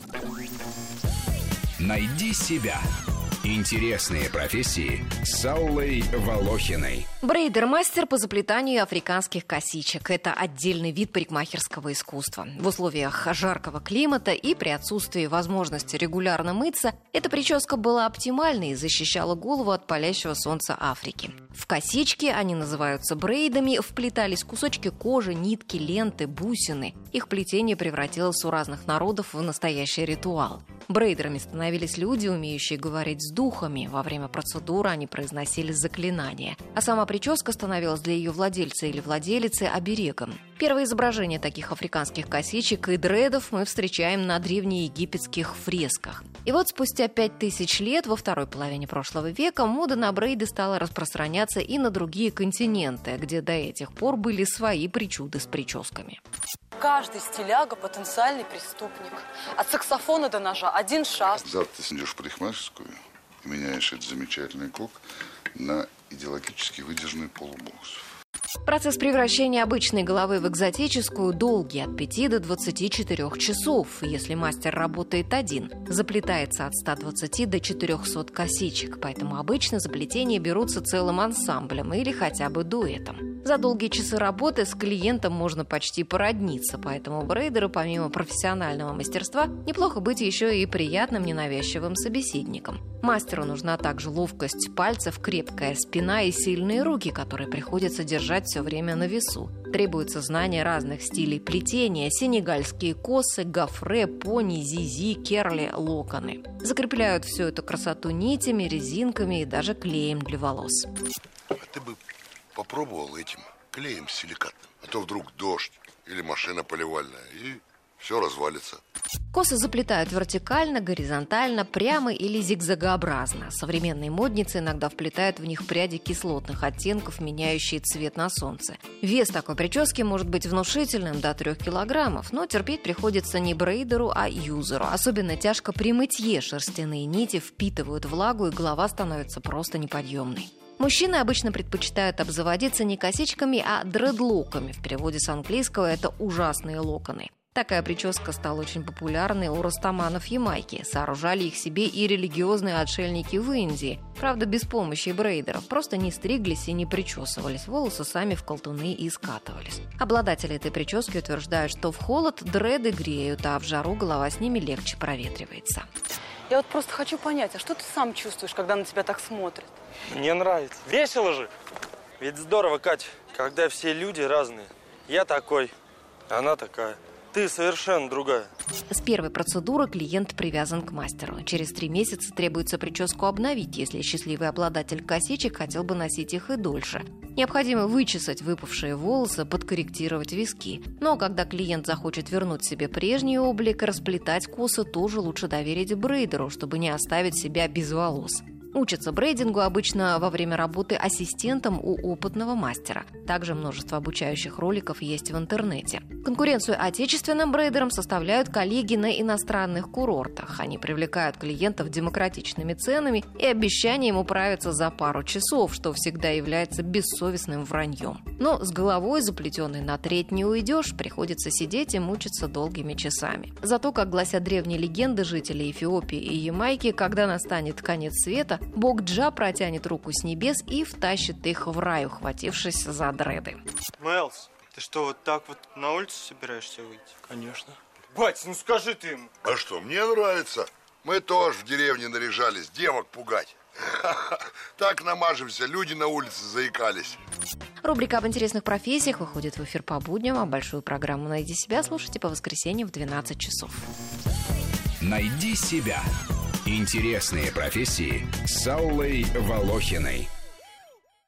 Найди себя. Интересные профессии с Аллой Волохиной. Брейдер-мастер по заплетанию африканских косичек. Это отдельный вид парикмахерского искусства. В условиях жаркого климата и при отсутствии возможности регулярно мыться, эта прическа была оптимальной и защищала голову от палящего солнца Африки. В косички, они называются брейдами, вплетались кусочки кожи, нитки, ленты, бусины. Их плетение превратилось у разных народов в настоящий ритуал. Брейдерами становились люди, умеющие говорить с духами. Во время процедуры они произносили заклинания. А сама прическа становилась для ее владельца или владелицы оберегом. Первое изображение таких африканских косичек и дредов мы встречаем на древнеегипетских фресках. И вот спустя 5000 лет, во второй половине прошлого века, мода на брейды стала распространяться и на другие континенты, где до этих пор были свои причуды с прическами. Каждый стиляга – потенциальный преступник. От саксофона до ножа один шаг. Завтра ты идешь в парикмахерскую и меняешь этот замечательный кок на идеологически выдержанный полубокс. Процесс превращения обычной головы в экзотическую долгий, от 5 до 24 часов. Если мастер работает один, заплетается от 120 до 400 косичек, поэтому обычно заплетения берутся целым ансамблем или хотя бы дуэтом. За долгие часы работы с клиентом можно почти породниться, поэтому брейдеру, помимо профессионального мастерства, неплохо быть еще и приятным, ненавязчивым собеседником. Мастеру нужна также ловкость пальцев, крепкая спина и сильные руки, которые приходится держать все время на весу. Требуется знание разных стилей плетения: сенегальские косы, гофре, пони, зизи, керли, локоны. Закрепляют всю эту красоту нитями, резинками и даже клеем для волос. А ты бы попробовал этим клеем силикатным, а то вдруг дождь или машина поливальная, и все развалится. Косы заплетают вертикально, горизонтально, прямо или зигзагообразно. Современные модницы иногда вплетают в них пряди кислотных оттенков, меняющие цвет на солнце. Вес такой прически может быть внушительным, до 3 килограммов, но терпеть приходится не брейдеру, а юзеру. Особенно тяжко при мытье. Шерстяные нити впитывают влагу, и голова становится просто неподъемной. Мужчины обычно предпочитают обзаводиться не косичками, а дредлоками. В переводе с английского это ужасные локоны. Такая прическа стала очень популярной у растаманов Ямайки. Сооружали их себе и религиозные отшельники в Индии. Правда, без помощи брейдеров. Просто не стриглись и не причесывались. Волосы сами в колтуны и скатывались. Обладатели этой прически утверждают, что в холод дреды греют, а в жару голова с ними легче проветривается. Я вот просто хочу понять, а что ты сам чувствуешь, когда на тебя так смотрят? Мне нравится. Весело же. Ведь здорово, Кать, когда все люди разные. Я такой, она такая. Ты совершенно другая. С первой процедуры клиент привязан к мастеру. Через 3 месяца требуется прическу обновить, если счастливый обладатель косичек хотел бы носить их и дольше. Необходимо вычесать выпавшие волосы, подкорректировать виски. Но когда клиент захочет вернуть себе прежний облик, расплетать косы тоже лучше доверить брейдеру, чтобы не оставить себя без волос. Учатся брейдингу обычно во время работы ассистентом у опытного мастера. Также множество обучающих роликов есть в интернете. Конкуренцию отечественным брейдерам составляют коллеги на иностранных курортах. Они привлекают клиентов демократичными ценами и обещанием управиться за пару часов, что всегда является бессовестным враньем. Но с головой, заплетенной на треть, не уйдешь, приходится сидеть и мучиться долгими часами. Зато, как гласят древние легенды жителей Эфиопии и Ямайки, когда настанет конец света, бог Джа протянет руку с небес и втащит их в рай, ухватившись за дреды. Мэлс, ты что, вот так вот на улицу собираешься выйти? Конечно. Бать, ну скажи ты ему. А что, мне нравится. Мы тоже в деревне наряжались, девок пугать. Так намажемся, люди на улице заикались. Рубрика об интересных профессиях выходит в эфир по будням, а большую программу «Найди себя» слушайте по воскресеньям в 12 часов. Найди себя. Интересные профессии с Аллой Волохиной.